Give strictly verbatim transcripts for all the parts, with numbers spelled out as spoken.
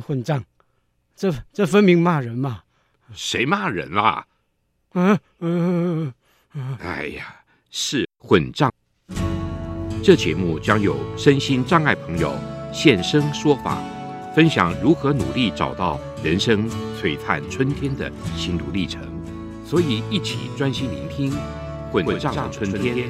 混账，这这分明骂人嘛！ 谁骂人啦？ 嗯嗯嗯，哎呀，是混账！这节目将有身心障碍朋友现身说法，分享如何努力找到人生璀璨春天的心路历程。所以一起专心聆听混账的春天。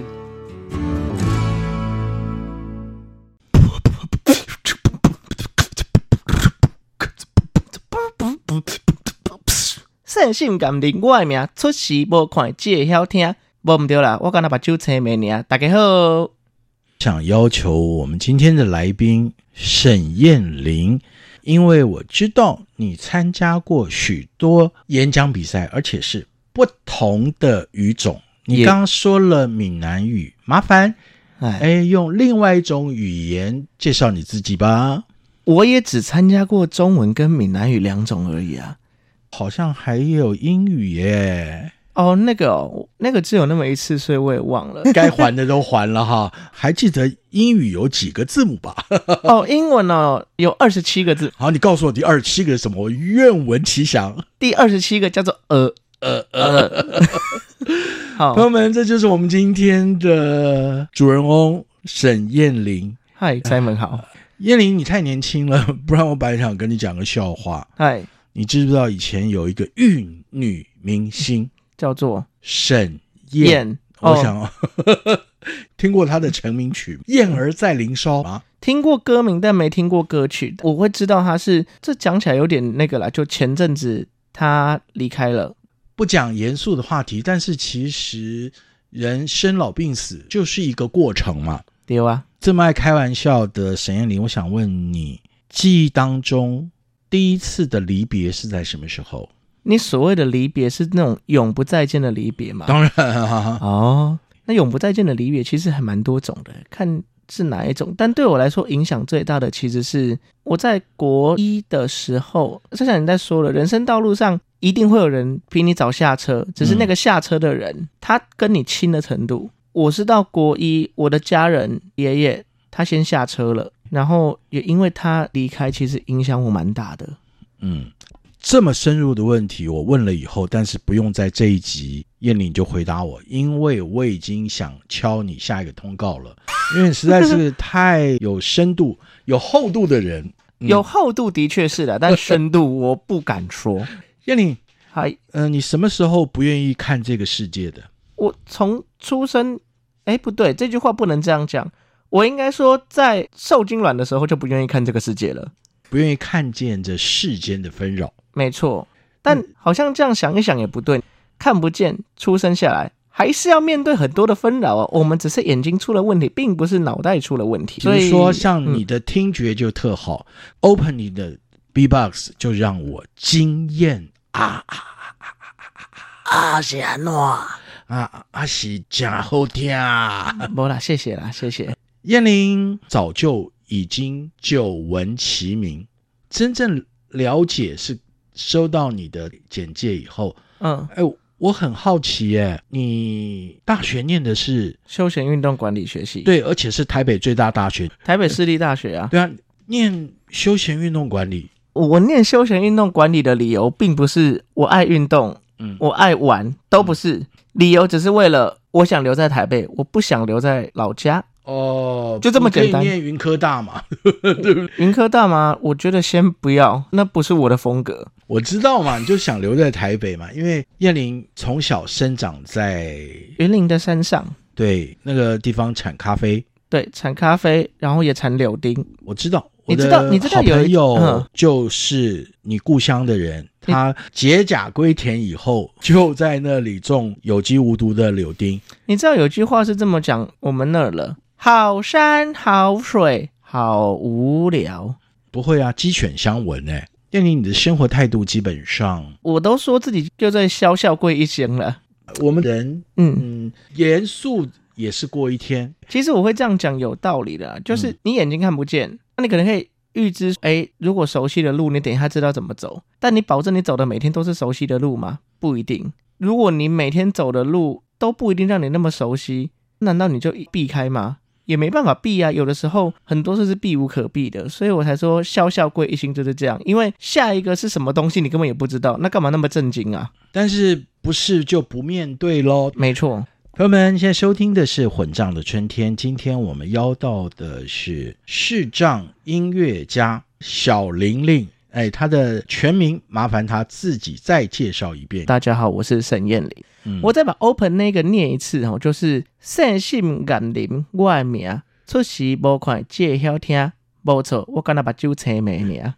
性性感令我的名，出事无看只会晓听，无毋对啦，我敢若目睭青面尔。大家好， 想要求我们今天的来宾沈燕玲，因为我知道你参加过许多演讲比赛，而且是不同的语种。你刚刚说了闽南语，麻烦哎用另外一种语言介绍你自己吧。 我也只参加过中文跟闽南语两种而已啊。 好像还有英语耶。 哦，那个哦，那个只有那么一次，所以我也忘了。 该还的都还了哈。还记得英语有几个字母吧？ 哦，英文哦有二十七个字。 好，你告诉我第二十七个是什么？我愿闻其详。 第二十七个叫做呃呃呃。好， 朋友们，这就是我们今天的主人翁沈燕玲。 嗨 ，Simon 好。 燕玲，你太年轻了，不然我本来想跟你讲个笑话。 嗨。 你知不知道以前有一个玉女明星叫做沈燕？ 哦、 我想、哦、听过她的成名曲《燕儿在林梢》吗？ 听过歌名但没听过歌曲。我会知道她是，这讲起来有点那个啦，就前阵子她离开了。 不讲严肃的话题，但是其实人生老病死就是一个过程嘛。 对啊， 这么爱开玩笑的沈燕玲，我想问你，记忆当中第一次的离别是在什么时候？ 你所谓的离别是那种永不再见的离别吗？ 当然啊。 哦，那永不再见的离别其实还蛮多种的，看是哪一种。但对我来说影响最大的其实是我在国一的时候，就像你在说了，人生道路上一定会有人比你早下车，只是那个下车的人、嗯、他跟你亲的程度。我是到国一，我的家人爷爷他先下车了，然后也因为他离开，其实影响我蛮大的。 嗯，这么深入的问题我问了以后，但是不用在这一集燕玲就回答我，因为我已经想敲你下一个通告了，因为实在是太有深度有厚度的人、 嗯、有厚度的确是的，但深度我不敢说。 燕玲， 嗨， 呃，你什么时候不愿意看这个世界的？ 我从出生，哎，不对，这句话不能这样讲。我应该说，在受精卵的时候就不愿意看这个世界了， 不愿意看见这世间的纷扰。 没错，但好像这样想一想也不对，看不见，出生下来还是要面对很多的纷扰啊。我们只是眼睛出了问题，并不是脑袋出了问题。 比如说，像你的听觉就特好、嗯、，open 你的 B-box 就让我惊艳啊啊啊啊啊！是安怎啊啊是真好听啊！ 没啦，谢谢啦，谢谢。 燕玲早就已经久闻其名，真正了解是收到你的简介以后，嗯，哎，我很好奇耶，你大学念的是休闲运动管理学系？ 对，而且是台北最大大学， 台北市立大学啊。 对啊，念休闲运动管理。 我念休闲运动管理的理由，并不是我爱运动，嗯，我爱玩，都不是。嗯，理由只是为了我想留在台北，我不想留在老家。 哦， 就这么简单。 你可以念云科大嘛？对不对？ 云科大吗？我觉得先不要，那不是我的风格。 我知道嘛，你就想留在台北嘛，因为燕玲从小生长在云林的山上， 对，那个地方产咖啡， 对，产咖啡，然后也产柳丁。 我知道， 你知道，你知道有好朋友就是你故乡的人，嗯，他解甲归田以后，就在那里种有机无毒的柳丁。 你知道有句话是这么讲我们那儿了。好山好水好无聊。 不会啊，鸡犬相闻耶。燕玲，你的生活态度基本上， 我都说自己就在笑笑过一生了。 我们人嗯，严肃也是过一天。 其实我会这样讲有道理的，就是你眼睛看不见，嗯，那你可能可以预知，哎，如果熟悉的路你等一下知道怎么走，但你保证你走的每天都是熟悉的路吗？不一定。如果你每天走的路都不一定让你那么熟悉，难道你就避开吗？ 也没办法避啊，有的时候很多事是避无可避的，所以我才说笑笑归一心就是这样，因为下一个是什么东西你根本也不知道，那干嘛那么震惊啊？ 但是不是就不面对咯？ 没错。 朋友们，现在收听的是混账的春天，今天我们邀到的是视障音乐家小玲玲，哎，她的全名麻烦她自己再介绍一遍。 大家好，我是沈燕玲、 嗯、 我再把 open 那个念一次、哦、就是善心感灵我的名，出时无看借晓听，没错，我刚才把酒青没名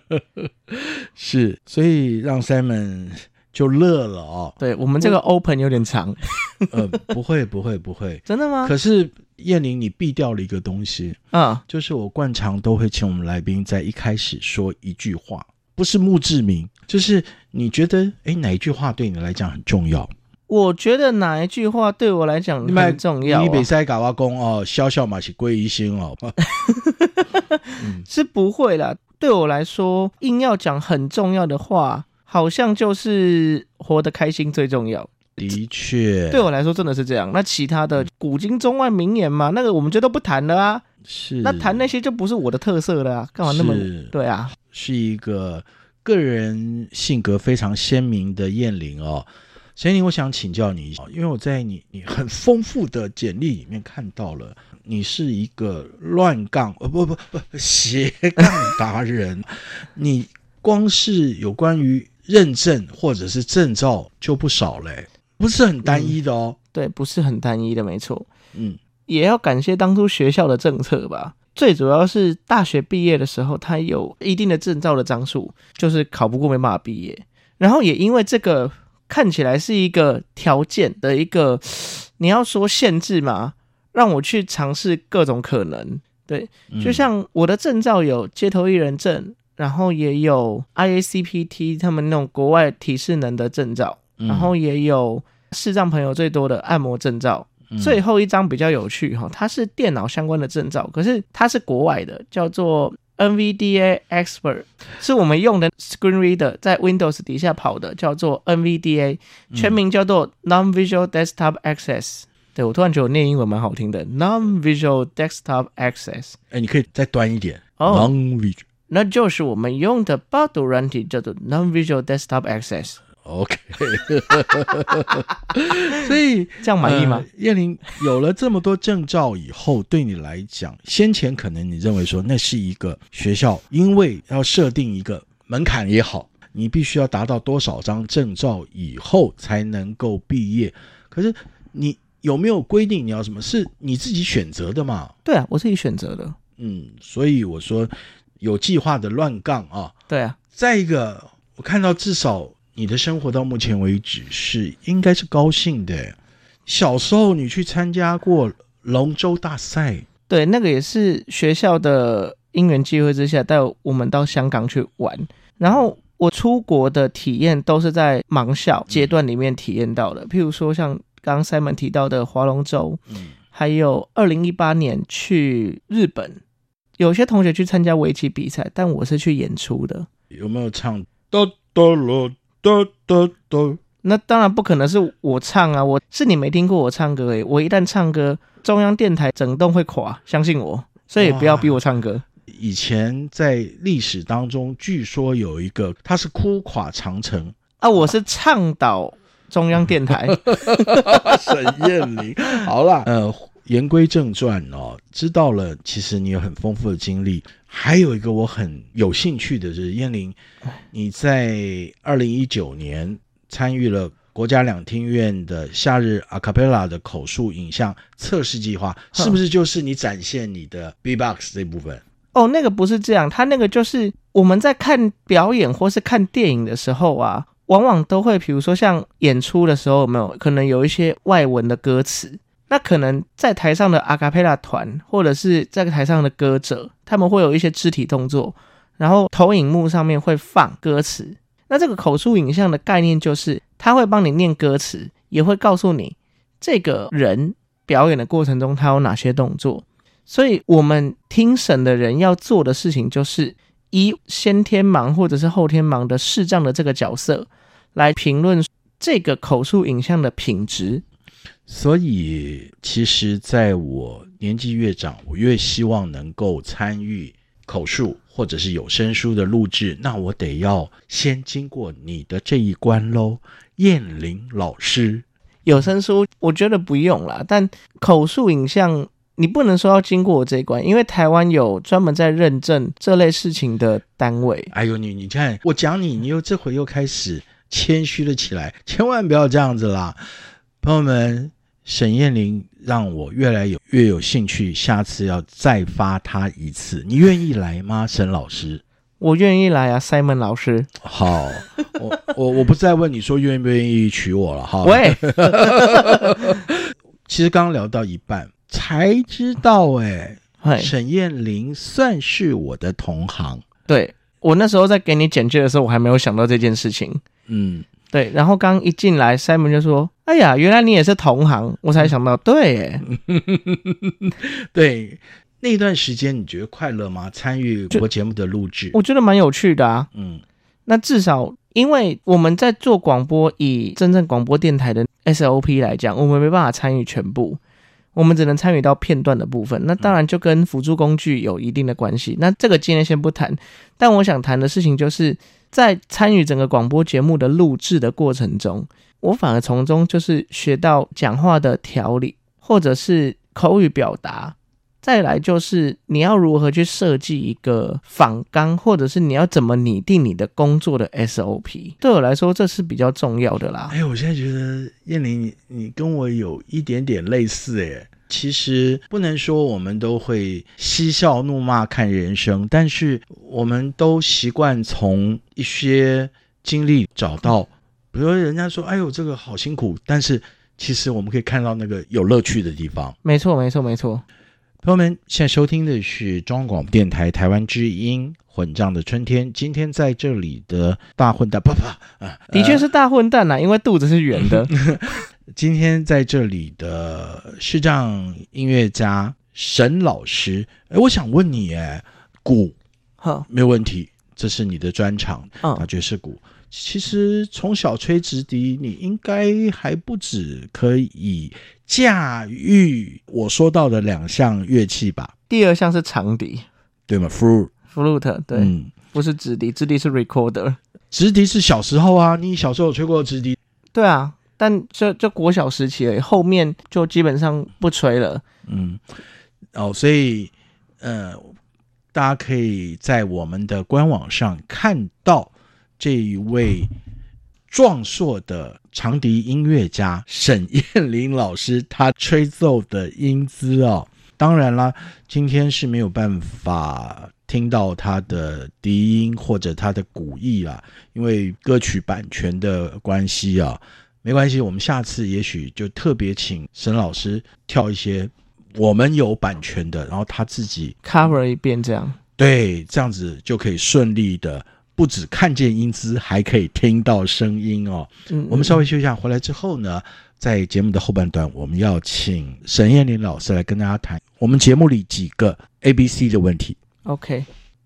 是，所以让 Simon 就乐了哦。 对，我们这个 open 有点长呃，不会不会不会真的吗？ 可是燕玲你避掉了一个东西， 嗯， 就是我惯常都会请我们来宾在一开始说一句话，不是墓志铭，就是你觉得诶哪一句话对你来讲很重要？ 我觉得哪一句话对我来讲很重要、啊、 你别塞搞我说哦，笑笑嘛是归一心哦、 嗯、是不会啦，对我来说硬要讲很重要的话，好像就是活得开心最重要。 的确， 对我来说真的是这样。那其他的古今中外名言嘛，那个我们就都不谈了啊。 是， 那谈那些就不是我的特色了啊，干嘛那么对啊？ 是一个个人性格非常鲜明的燕玲哦。沈玲，我想请教你，因为我在你你很丰富的简历里面看到了，你是一个乱杠呃不不不斜杠达人，你光是有关于认证或者是证照就不少嘞。不是很单一的哦、嗯、 对，不是很单一的，没错。 嗯， 也要感谢当初学校的政策吧。最主要是大学毕业的时候，它有一定的证照的张数，就是考不过没办法毕业。然后也因为这个看起来是一个条件的一个，你要说限制嘛，让我去尝试各种可能。对，就像我的证照有街头艺人证，然后也有 I A C P T 他们那种国外体适能的证照。然后也有视障朋友最多的按摩证照、嗯、最后一张比较有趣，它是电脑相关的证照，可是它是国外的，叫做 N V D A Expert， 是我们用的 Screen Reader 在 Windows 底下跑的，叫做 N V D A， 全名叫做 Non-Visual Desktop Access、嗯、对，我突然觉得我念英文蛮好听的 Non-Visual Desktop Access。 哎，你可以再端一点、 哦、 Non-Visual， 那就是我们用的八读软体叫做 Non-Visual Desktop Access。OK， 所以这样满意吗？呃、 燕玲有了这么多证照以后，对你来讲，先前可能你认为说那是一个学校，因为要设定一个门槛也好，你必须要达到多少张证照以后才能够毕业。可是你有没有规定你要什么？是你自己选择的嘛？ 对啊，我自己选择的。 嗯，所以我说有计划的乱杠啊。 对啊。 再一个，我看到至少你的生活到目前为止是应该是高兴的。小时候你去参加过龙舟大赛， 对，那个也是学校的因缘际会之下带我们到香港去玩，然后我出国的体验都是在盲校阶段里面体验到的、嗯、譬如说像刚刚 Simon 提到的划龙舟、嗯、还有二零一八年去日本，有些同学去参加围棋比赛，但我是去演出的。 有没有唱哆哆咯哆哆哆？ 那当然不可能是我唱啊，我是你没听过我唱歌而已。我一旦唱歌，中央电台整栋会垮，相信我，所以不要逼我唱歌。 以前在历史当中，据说有一个他是哭垮长城啊，我是倡导中央电台。 沈燕玲，好啦，呃，言归正传哦，知道了，其实你有很丰富的经历。还有一个我很有兴趣的是，燕玲，你在二零一九年参与了国家两厅院的夏日阿卡贝拉的口述影像测试计划，是不是就是你展现你的 B-box 这部分？ 哦，那个不是这样，他那个就是我们在看表演或是看电影的时候啊，往往都会比如说像演出的时候有没有可能有一些外文的歌词，那可能在台上的阿卡贝拉团或者是在台上的歌者，他们会有一些肢体动作，然后投影幕上面会放歌词。那这个口述影像的概念就是他会帮你念歌词，也会告诉你这个人表演的过程中他有哪些动作。所以我们听审的人要做的事情就是以先天盲或者是后天盲的视障的这个角色来评论这个口述影像的品质。 所以其实在我年纪越长，我越希望能够参与口述或者是有声书的录制，那我得要先经过你的这一关咯，燕玲老师。 有声书我觉得不用啦，但口述影像你不能说要经过我这一关，因为台湾有专门在认证这类事情的单位。 哎呦，你你看我讲你，你又这回又开始谦虚了起来，千万不要这样子啦，朋友们。沈燕玲让我越来有越有兴趣，下次要再发她一次，你愿意来吗，沈老师？ 我愿意来啊 ，Simon 老师。 好，我我我不再问你说愿不愿意娶我了哈。 喂， 其实刚刚聊到一半才知道、欸，哎，沈燕玲算是我的同行。 对，我那时候在给你简介的时候，我还没有想到这件事情。嗯。对，然后刚一进来 Simon 就说哎呀原来你也是同行，我才想到对耶对，那段时间你觉得快乐吗？参与广播节目的录制我觉得蛮有趣的啊。嗯，那至少因为我们在做广播，以真正广播电台的 S O P 来讲，我们没办法参与全部，我们只能参与到片段的部分，那当然就跟辅助工具有一定的关系，那这个今天先不谈，但我想谈的事情就是在参与整个广播节目的录制的过程中，我反而从中就是学到讲话的条理，或者是口语表达，再来就是你要如何去设计一个访纲，或者是你要怎么拟定你的工作的 S O P， 对我来说这是比较重要的啦。 哎，我现在觉得燕玲 你, 你跟我有一点点类似耶。其实不能说我们都会嬉笑怒骂看人生，但是我们都习惯从一些经历找到，比如人家说哎呦这个好辛苦，但是其实我们可以看到那个有乐趣的地方。 没错没错没错。 朋友们，现在收听的是中央广播电台台湾之音混账的春天，今天在这里的大混蛋，啪啪、啊、 的确是大混蛋啦、啊、因为肚子是圆的今天在这里的视障音乐家沈老师，我想问你，哎，鼓没有问题，这是你的专长，啊，爵士鼓。其实从小吹直笛，你应该还不止可以驾驭我说到的两项乐器吧？ 第二项是长笛， 对吗 ？flute， flute， 对、嗯，不是直笛，直笛是 recorder。 直笛是小时候啊，你小时候有吹过直笛？ 对啊。但就就国小时期而已，后面就基本上不吹了。嗯， 哦，所以呃，大家可以在我们的官网上看到这一位壮硕的长笛音乐家沈燕玲老师他吹奏的英姿哦。当然啦，今天是没有办法听到他的笛音或者他的鼓艺啦，因为歌曲版权的关系啊。没关系，我们下次也许就特别请沈老师跳一些我们有版权的，然后他自己 cover 一遍，这样对，这样子就可以顺利的不只看见英姿，还可以听到声音哦。嗯嗯，我们稍微休息一下，回来之后呢，在节目的后半段，我们要请沈燕玲老师来跟大家谈我们节目里几个 A B C 的问题。 OK，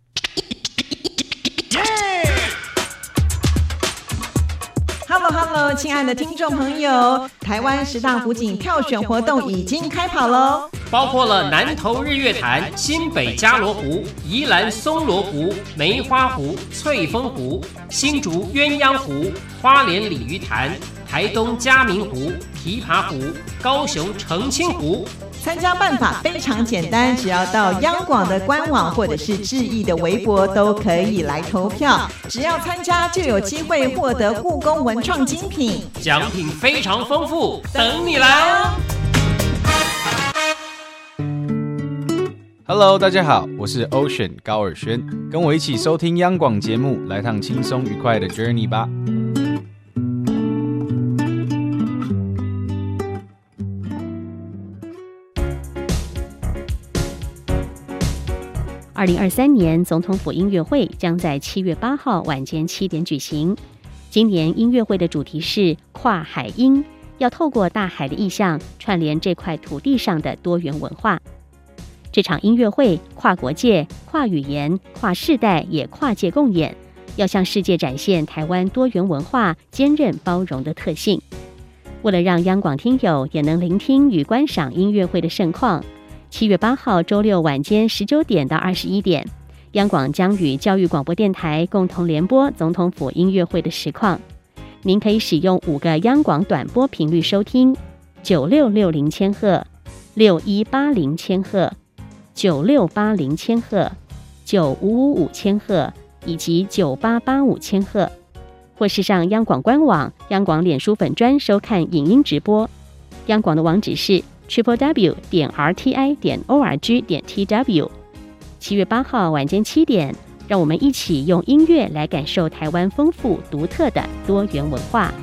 Hello Hello， 亲爱的听众朋友，台湾十大湖景票选活动已经开跑喽， 包括了南投日月潭、新北嘉罗湖、宜兰松罗湖、梅花湖、翠峰湖、新竹鸳鸯湖、花莲鲤鱼潭、台东嘉明湖、琵琶湖、高雄澄清湖。 参加办法非常简单，只要到央广的官网或者是志毅的微博都可以来投票，只要参加就有机会获得故宫文创精品， 奖品非常丰富，等你来哦。 Hello， 大家好，我是 Ocean 高尔轩，跟我一起收听央广节目，来趟轻松愉快的 Journey 吧。 二零二三年总统府音乐会将在七月八号晚间七点举行。今年音乐会的主题是跨海音，要透过大海的意象串联这块土地上的多元文化。这场音乐会跨国界、跨语言、跨世代，也跨界共演，要向世界展现台湾多元文化坚韧包容的特性。 为了让央广听友也能聆听与观赏音乐会的盛况，七月八号周六晚间十九点到二十一点，央广将与教育广播电台共同联播总统府音乐会的实况。您可以使用五个央广短波频率收听：九六六零千赫、六一八零千赫、九六八零千赫、九五五五千赫以及九八八五千赫，或是上央广官网、央广脸书粉专收看影音直播。央广的网址是 triple w 点 r t i 点 o r g 点 t w。七月八号晚间七点，让我们一起用音乐来感受台湾丰富独特的多元文化。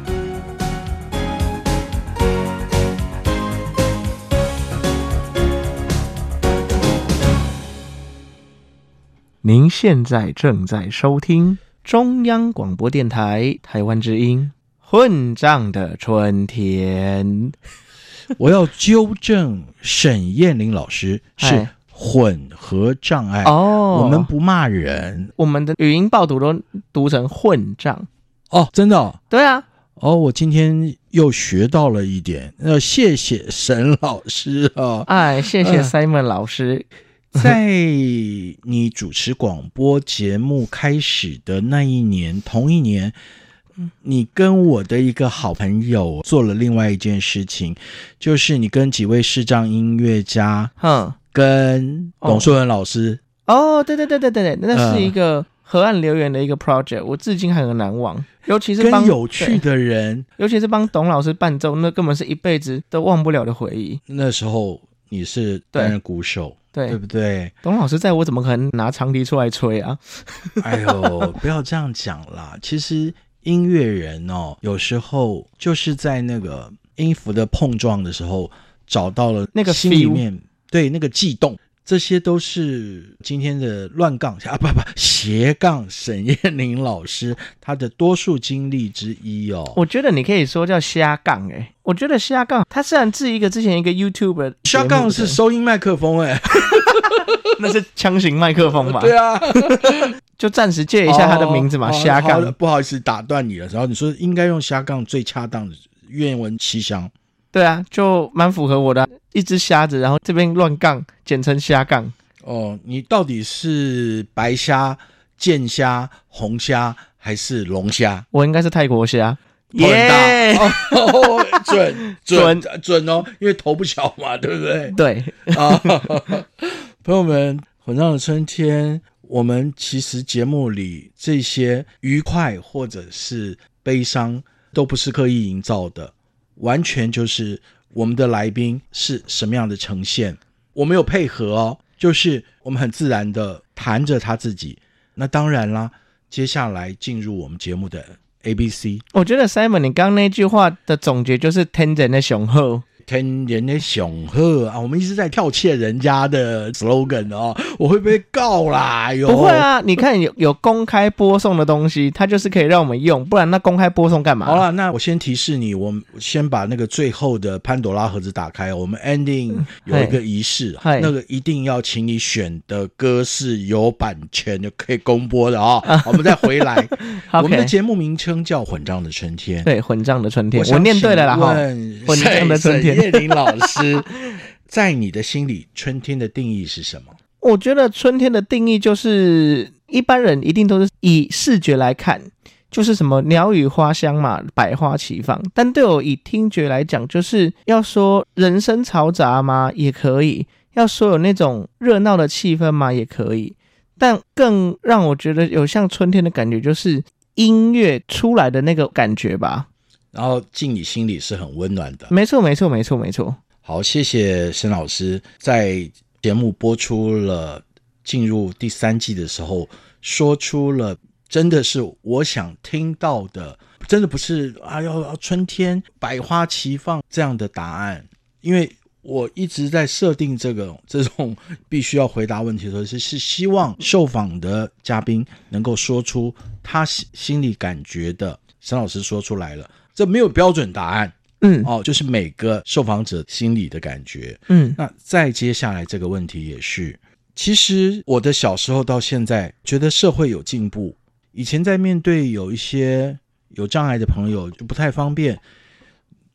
您现在正在收听中央广播电台台湾之音混账的春天。 我要纠正沈燕玲老师是混合障碍哦， 我们不骂人， 我们的语音报读都读成混账哦，真的哦？ 对啊。 哦，我今天又学到了一点，呃，谢谢沈老师啊！ 哎，谢谢 Simon 老师。 呃、在你主持广播节目开始的那一年，同一年，你跟我的一个好朋友做了另外一件事情，就是你跟几位视障音乐家， 嗯， 跟董硕文老师。 哦，对对对对对对，那是一个河岸留言的一个 project， 我至今还很难忘。尤其是帮跟有趣的人， 尤其是帮董老师伴奏，那根本是一辈子都忘不了的回忆。 那时候你是担任鼓手，对，对不对？ 董老师在我怎么可能拿长笛出来吹啊？ 哎呦，不要这样讲啦。其实音乐人哦，有时候就是在那个音符的碰撞的时候，找到了那个心里面对那个悸动。这些都是今天的乱杠啊，不不斜杠沈燕玲老师他的多数经历之一哦。 我觉得你可以说叫瞎杠哎、欸，我觉得瞎杠，他虽然是一个之前一个 YouTuber， 瞎杠是收音麦克风哎、欸， 那是枪型麦克风吧？ 对啊， 就暂时借一下他的名字嘛，瞎杠、 哦。不好意思打断你了，然后你说应该用瞎杠最恰当的，愿闻其详。 对啊，就蛮符合我的，一只瞎子，然后这边乱杠，简称瞎杠。 哦，你到底是白虾、剑虾、红虾还是龙虾？ 我应该是泰国虾， 头很大、 yeah! 哦，准准准哦，因为头不小嘛，对不对？ 对啊，朋友们，混账的春天，我们其实节目里这些愉快或者是悲伤，都不是刻意营造的。完全就是我们的来宾是什么样的呈现，我们有配合哦，就是我们很自然的谈着他自己。那当然啦，接下来进入我们节目的 A B C。 我觉得 Simon 你刚刚那句话的总结就是天然的雄厚， 天然的雄厚啊！我们一直在剽窃人家的 slogan 哦，我会不会告啦？ 不会啊，你看有有公开播送的东西，它就是可以让我们用，不然那公开播送干嘛？ 好了，那我先提示你，我们先把那个最后的潘朵拉盒子打开，我们 ending 有一个仪式、嗯、那个一定要请你选的歌是有版权就可以公播的啊、哦。我们再回来我们的节目名称叫混账的春天， 对，混账的春天， 我, 我念对了啦，混账的春天。 叶玲老师，在你的心里，春天的定义是什么？ 我觉得春天的定义就是一般人一定都是以视觉来看，就是什么鸟语花香嘛，百花齐放。但对我以听觉来讲，就是要说人声嘈杂嘛，也可以；要说有那种热闹的气氛嘛，也可以。但更让我觉得有像春天的感觉，就是音乐出来的那个感觉吧。 然后进你心里是很温暖的。 没错没错没错没错。 好，谢谢沈老师。在节目播出了进入第三季的时候，说出了真的是我想听到的，真的不是啊要要春天百花齐放这样的答案。因为我一直在设定这个这种必须要回答问题的时候，是是希望受访的嘉宾能够说出他心里感觉的。沈老师说出来了，这没有标准答案，嗯，哦，就是每个受访者心里的感觉，嗯。那再接下来这个问题也是，其实我的小时候到现在，觉得社会有进步。以前在面对有一些有障碍的朋友就不太方便，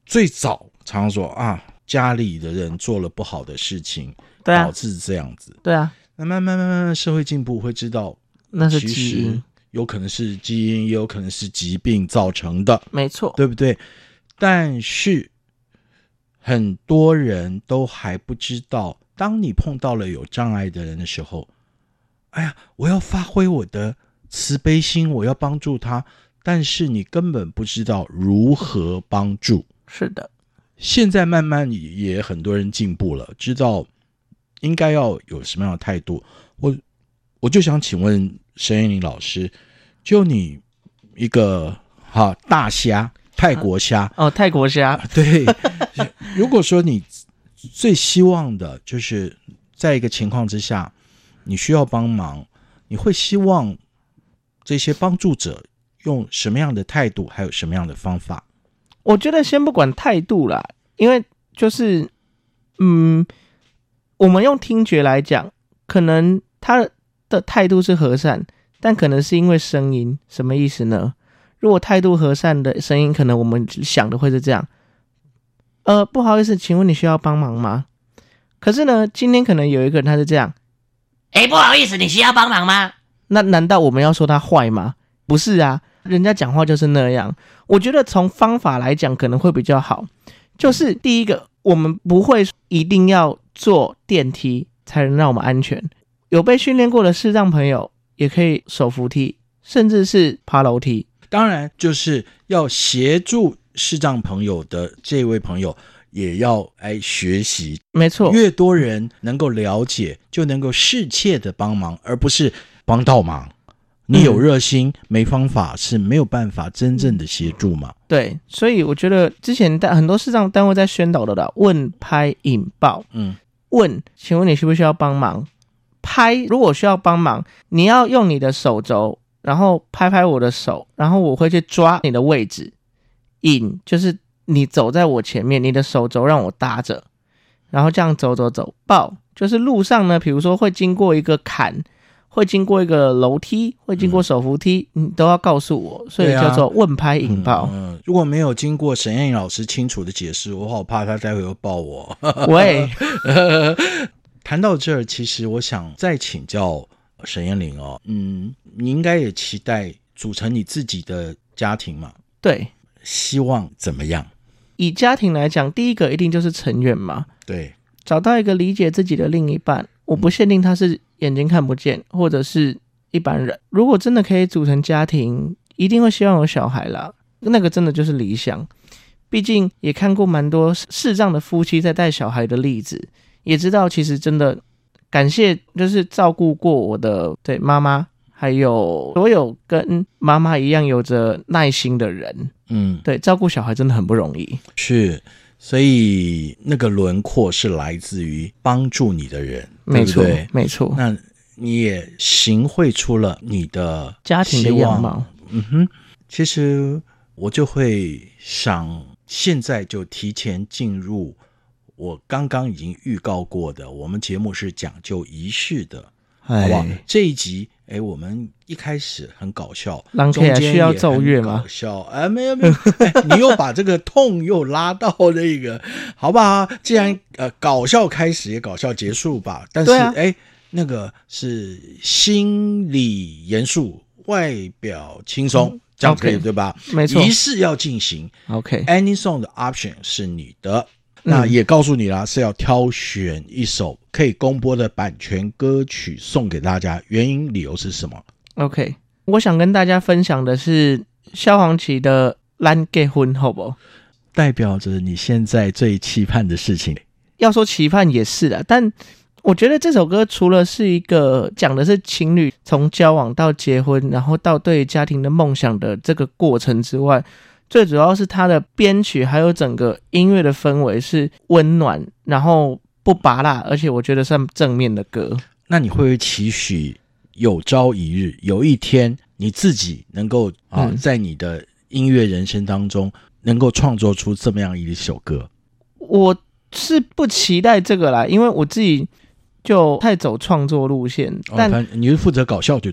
最早常常说啊，家里的人做了不好的事情， 对啊， 导致这样子。 对啊， 那慢慢慢慢慢社会进步会知道， 那是基因， 有可能是基因，也有可能是疾病造成的， 没错， 对不对？但是很多人都还不知道，当你碰到了有障碍的人的时候，哎呀，我要发挥我的慈悲心，我要帮助他，但是你根本不知道如何帮助。 是的， 现在慢慢也很多人进步了，知道应该要有什么样的态度。我我就想请问沈燕玲老师，就你一个哈大虾，泰国虾哦，泰国虾， 对，如果说你最希望的就是在一个情况之下，你需要帮忙，你会希望这些帮助者用什么样的态度，还有什么样的方法？ 我觉得先不管态度啦，因为就是嗯，我们用听觉来讲，可能他的态度是和善，但可能是因为声音。什么意思呢？如果态度和善的声音，可能我们想的会是这样，呃，不好意思，请问你需要帮忙吗？可是呢，今天可能有一个人他是这样， 哎，不好意思，你需要帮忙吗？ 那难道我们要说他坏吗？不是啊，人家讲话就是那样。我觉得从方法来讲可能会比较好，就是第一个，我们不会一定要坐电梯才能让我们安全，有被训练过的视障朋友也可以手扶梯，甚至是爬楼梯。 当然就是要协助视障朋友的这位朋友也要来学习， 没错， 越多人能够了解，就能够适切的帮忙，而不是帮倒忙。你有热心、嗯、没方法是没有办法真正的协助嘛。 对，所以我觉得之前很多视障单位在宣导的啦，问拍引爆， 嗯， 问请问你需不需要帮忙，拍如果需要帮忙，你要用你的手肘，然后拍拍我的手，然后我会去抓你的位置，引就是你走在我前面，你的手肘让我搭着，然后这样走走走。抱就是路上呢，比如说会经过一个坎，会经过一个楼梯，会经过手扶梯，嗯、你都要告诉我，所以叫做问拍引爆。 嗯嗯、如果没有经过沈燕老师清楚的解释，我好怕他待会又抱我。 喂， 谈到这儿，其实我想再请教沈燕玲哦，嗯，你应该也期待组成你自己的家庭嘛？ 对， 希望怎么样？ 以家庭来讲，第一个一定就是成员嘛， 对， 找到一个理解自己的另一半，我不限定他是眼睛看不见或者是一般人，如果真的可以组成家庭，一定会希望有小孩啦，那个真的就是理想。毕竟也看过蛮多视障的夫妻在带小孩的例子，也知道其实真的感谢就是照顾过我的对妈妈，还有所有跟妈妈一样有着耐心的人。嗯，对，照顾小孩真的很不容易。 是，所以那个轮廓是来自于帮助你的人， 没错， 对不对？ 没错。 那你也形绘出了你的家庭的样貌。 嗯哼，其实我就会想，现在就提前进入我刚刚已经预告过的，我们节目是讲究仪式的，好不好？这一集，哎，我们一开始很搞笑， 中间需要奏乐吗？ 搞笑，哎，没有没有，哎，你又把这个痛又拉到那个，好吧？既然呃搞笑开始，也搞笑结束吧。但是，哎、啊，那个是心理严肃，外表轻松。嗯，这样可以， okay, 对吧？ 没错， 仪式要进行。OK，Any Song 的 option 是你的， 嗯、 那也告诉你啦，是要挑选一首可以公播的版权歌曲送给大家。原因理由是什么 ？OK， 我想跟大家分享的是萧煌奇的《咱结婚》，好不好？ 代表着你现在最期盼的事情。 要说期盼也是啦，但我觉得这首歌除了是一个讲的是情侣从交往到结婚，然后到对家庭的梦想的这个过程之外，最主要是它的编曲还有整个音乐的氛围是温暖，然后不拔辣，而且我觉得算正面的歌。 那你会不会期许有朝一日，有一天你自己能够啊、嗯，在你的音乐人生当中能够创作出这么样一首歌？ 我是不期待这个啦，因为我自己就太走创作路线，但、 哦、你是负责搞笑就对了。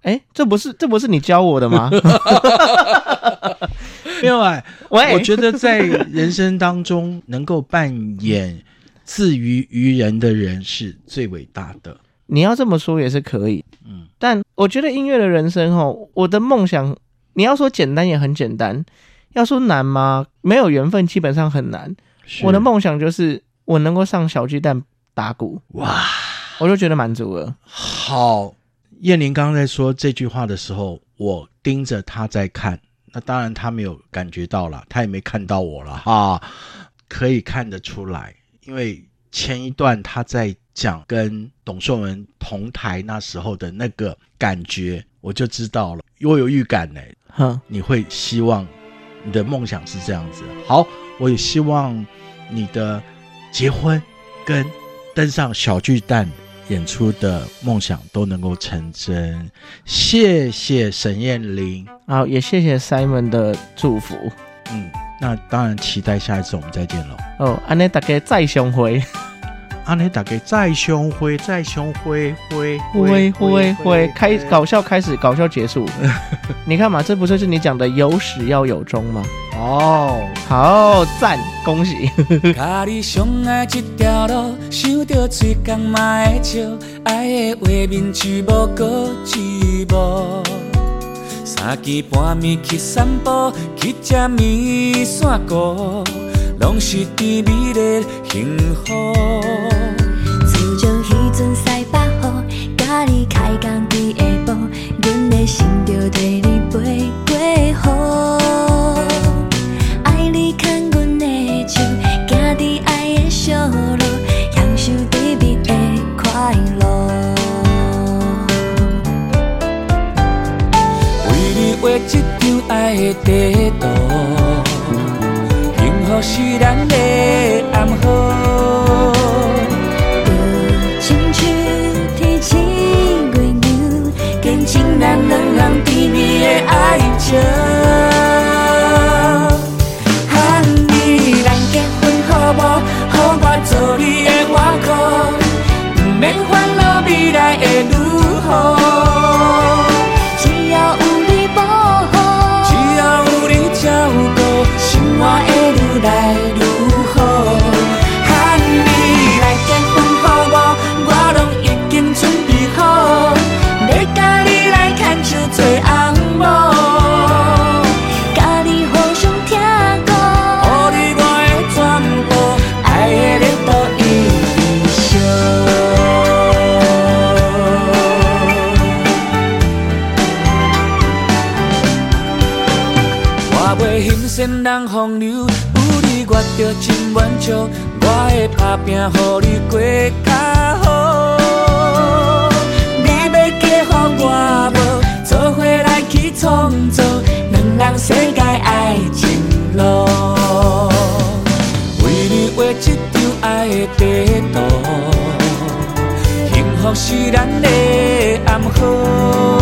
哎，这不是这不是你教我的吗？ 没有啊， 喂， 我觉得在人生当中能够扮演自娱于人的人是最伟大的。 你要这么说也是可以， 嗯， 但我觉得音乐的人生齁，我的梦想，你要说简单也很简单，要说难吗？没有缘分基本上很难。我的梦想就是我能够上小巨蛋打鼓，哇，我就觉得满足了。 好，燕玲刚刚在说这句话的时候，我盯着她在看，那当然她没有感觉到了，她也没看到我了哈，可以看得出来，因为前一段她在讲跟董硕文同台那时候的那个感觉，我就知道了，我有预感嘞，你会希望你的梦想是这样子。好，我也希望你的结婚跟登上小巨蛋演出的梦想都能够成真。谢谢沈燕玲， 好，也谢谢 Simon 的祝福。 嗯，那当然期待下一次我们再见了。 哦，安尼大家再相会。 安尼大家再相会，再相会，会会会会开搞笑开始，搞笑结束。你看嘛，这不就是你讲的有始要有终吗？ 哦， 好赞，恭喜！ 家己上爱这条路，想着嘴角嘛会笑，爱的画面一幕过一幕。三更半暝去散步，去吃面线糊，拢是甜美的幸福。 自从迄阵西北雨，甲你开工伫下晡，阮的心就替你飞过雨。爱你牵阮的手，行伫爱的小路，享受甜蜜的快乐。 为你画一张爱的地图，幸福是咱的暗号。咱两人甜蜜的爱情，喊你咱结婚好无？好我做你的外裤，不免烦恼未来会如何。只要有你保护，只要有你照顾，生活会愈来愈好。喊你来结婚好无？我拢已经准备好，要甲你做红某，甲你互相听歌，予你我的全部，爱的热度一直烧。我袂欣羡人风流，有你我着真满足，我会打拼，予你过较好。你要嫁予我无？做伙来去创造两人世界爱情路，为你画一张爱的地图，幸福是咱的暗号。